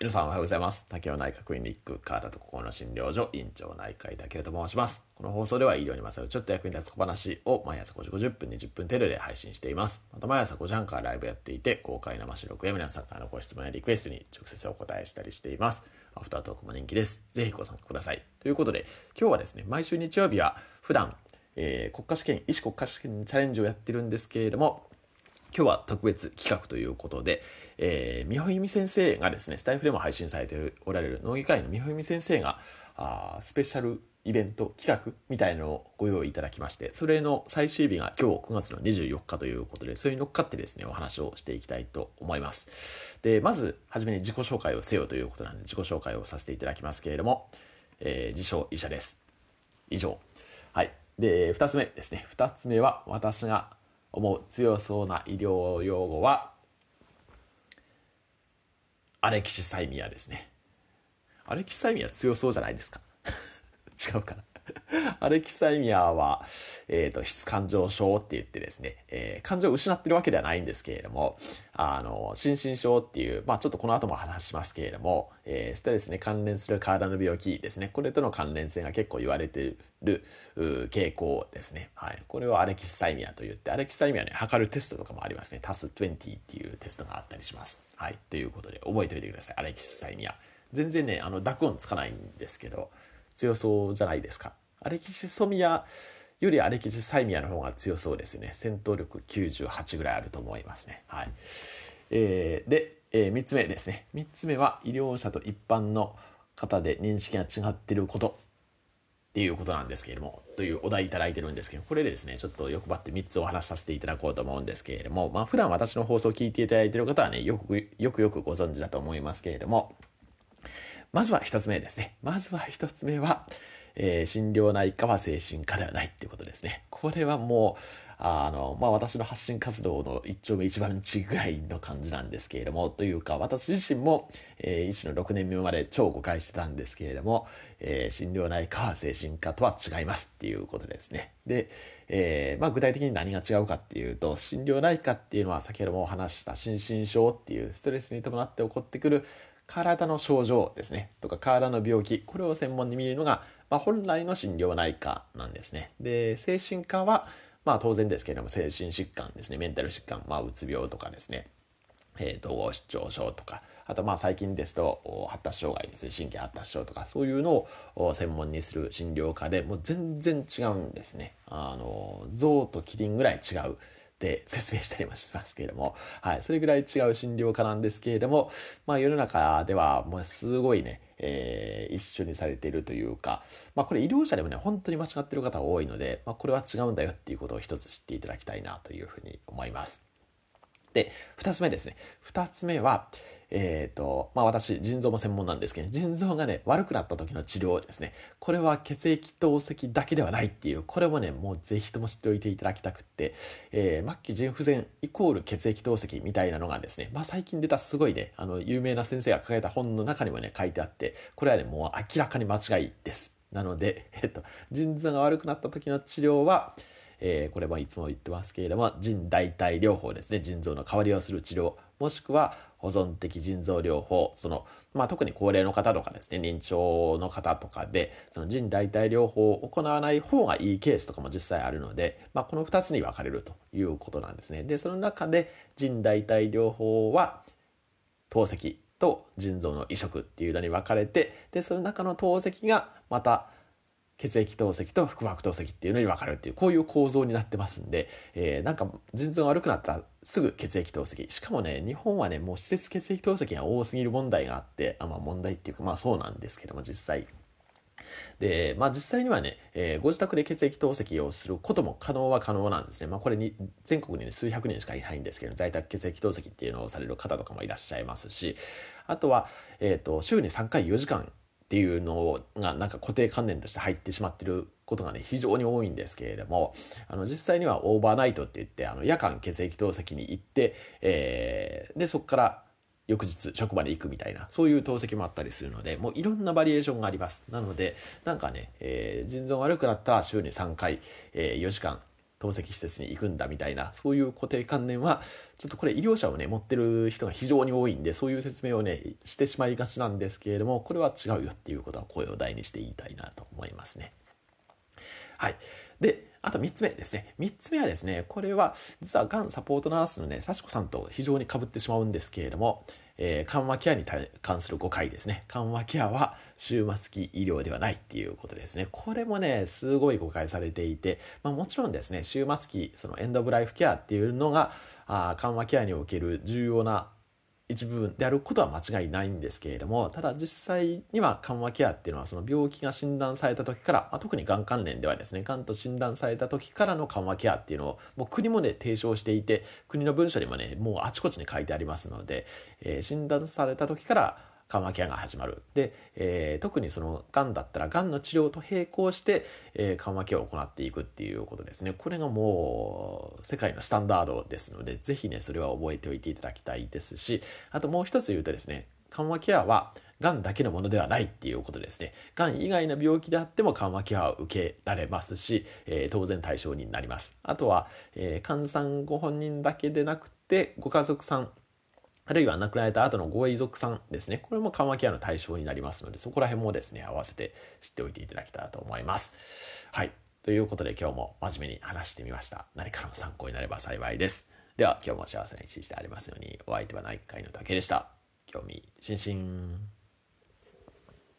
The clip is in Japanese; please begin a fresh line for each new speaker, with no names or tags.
皆さんおはようございます。竹尾内科クリニック体と心の診療所院長内科医竹尾と申します。この放送では医療にまつわるちょっと役に立つ小話を毎朝5時50分20分程度で配信しています。また毎朝5時半からライブやっていて、公開生収録や皆さんからのご質問やリクエストに直接お答えしたりしています。アフタートークも人気です。ぜひご参加ください。ということで、今日はですね、毎週日曜日は普段、医師国家試験にチャレンジをやってるんですけれども、今日は特別企画ということで、美穂由美先生がですね、スタイフでも配信されておられる脳外科医の美穂由美先生がスペシャルイベント企画みたいのをご用意いただきまして、それの最終日が今日9月の24日ということで、それに乗っかってですね、お話をしていきたいと思います。で、まずはじめに自己紹介をせよということなんで、自己紹介をさせていただきますけれども、自称医者です。以上。はい。で、2つ目ですね。2つ目は私が思う強そうな医療用語はアレキシサイミアですね。アレキシサイミア強そうじゃないですか。違うかな。アレキシサイミアは、質感情症って言ってですね、感情を失ってるわけではないんですけれども、心身症っていう、ちょっとこの後も話しますけれども、ストレスに関連する体の病気ですね。これとの関連性が結構言われている傾向ですね。はい。これをアレキシサイミアと言って、アレキシサイミアね、測るテストとかもありますね。TAS20 っていうテストがあったりします。はい。ということで、覚えておいてください。アレキシサイミア。全然ね、濁音つかないんですけど、強そうじゃないですか。アレキシソミアよりアレキシサイミアの方が強そうですよね。戦闘力98ぐらいあると思いますね。はい。で、3つ目ですね。3つ目は医療者と一般の方で認識が違っていることっていうことなんですけれども、というお題いただいてるんですけど、これでですね、ちょっと欲張って3つお話しさせていただこうと思うんですけれども、普段私の放送を聞いていただいている方はね、よくご存知だと思いますけれども、まずは一つ目ですね。まずは一つ目は、心療内科は精神科ではないっていうことですね。これはもう、私の発信活動の一丁目一番地ぐらいの感じなんですけれども、というか、私自身も、医師の6年目まで超誤解してたんですけれども、心療内科は精神科とは違いますっていうことですね。で、具体的に何が違うかっていうと、心療内科っていうのは先ほどもお話した心身症っていうストレスに伴って起こってくる体の症状ですねとか体の病気、これを専門に見るのが、本来の心療内科なんですね。で、精神科は当然ですけれども精神疾患ですね、メンタル疾患、うつ病とかですね、統合失調症とか、あと最近ですと発達障害ですね、神経発達症とか、そういうのを専門にする診療科でもう全然違うんですね。象とキリンぐらい違うで説明したりもしますけれども、はい、それぐらい違う診療科なんですけれども、世の中ではもうすごいね、一緒にされているというか、これ医療者でもね本当に間違っている方が多いので、これは違うんだよっていうことを一つ知っていただきたいなというふうに思います。で、2つ目ですね。2つ目は、私、腎臓も専門なんですけど、腎臓がね、悪くなった時の治療ですね。これは血液透析だけではないっていう、これもね、もうぜひとも知っておいていただきたくって、末期腎不全イコール血液透析みたいなのがですね、最近出たすごいね、有名な先生が書いた本の中にもね、書いてあって、これはね、もう明らかに間違いです。なので、腎臓が悪くなった時の治療は、これはいつも言ってますけれども、腎代替療法ですね。腎臓の代わりをする治療、もしくは保存的腎臓療法、特に高齢の方とかですね、認知症の方とかで、その腎代替療法を行わない方がいいケースとかも実際あるので、この2つに分かれるということなんですね。で、その中で腎代替療法は透析と腎臓の移植っていうのに分かれて、で、その中の透析がまた血液透析と腹膜透析っていうのに分かれるっていう、こういう構造になってますんで、腎臓が悪くなったらすぐ血液透析。しかもね、日本はね、もう施設血液透析が多すぎる問題があって、問題っていうか、そうなんですけども、実際。で、実際にはね、ご自宅で血液透析をすることも可能なんですね。これに、全国に、ね、数百人しかいないんですけど、在宅血液透析っていうのをされる方とかもいらっしゃいますし、あとは、週に3回4時間、っていうのが固定観念として入ってしまっていることがね非常に多いんですけれども、実際にはオーバーナイトって言って夜間血液透析に行って、でそこから翌日職場に行くみたいな、そういう透析もあったりするので、もういろんなバリエーションがあります。なので腎臓悪くなったら週に3回、4時間透析施設に行くんだみたいな、そういう固定観念はちょっとこれ医療者をね持ってる人が非常に多いんで、そういう説明をねしてしまいがちなんですけれども、これは違うよっていうことは声を大にして言いたいなと思いますね。はい。で、あと3つ目ですね。3つ目はですね、これは実はがんサポートナースのね、幸子さんと非常に被ってしまうんですけれども、緩和ケアに関する誤解ですね。緩和ケアは終末期医療ではないっていうことですね。これもね、すごい誤解されていて、もちろんですね、終末期、そのエンドオブライフケアっていうのが、緩和ケアにおける重要な一部分であることは間違いないんですけれども、ただ実際には緩和ケアっていうのはその病気が診断された時から、特にがん関連ではですね、がんと診断された時からの緩和ケアっていうのをもう国もね提唱していて、国の文書にもねもうあちこちに書いてありますので、診断された時から緩和ケアが始まる。で、特にそのがんだったらがんの治療と並行して、緩和ケアを行っていくっていうことですね。これがもう世界のスタンダードですので、ぜひねそれは覚えておいていただきたいですし、あともう一つ言うとですね、緩和ケアはがんだけのものではないっていうことですね。がん以外の病気であっても緩和ケアを受けられますし、当然対象になります。あとは、患者さんご本人だけでなくてご家族さん、あるいは亡くなられた後のご遺族さんですね。これも緩和ケアの対象になりますので、そこら辺もですね、合わせて知っておいていただけたらと思います。はい。ということで今日も真面目に話してみました。何かの参考になれば幸いです。では今日も幸せな一日でありますように。お相手は内科医の竹でした。興味津々。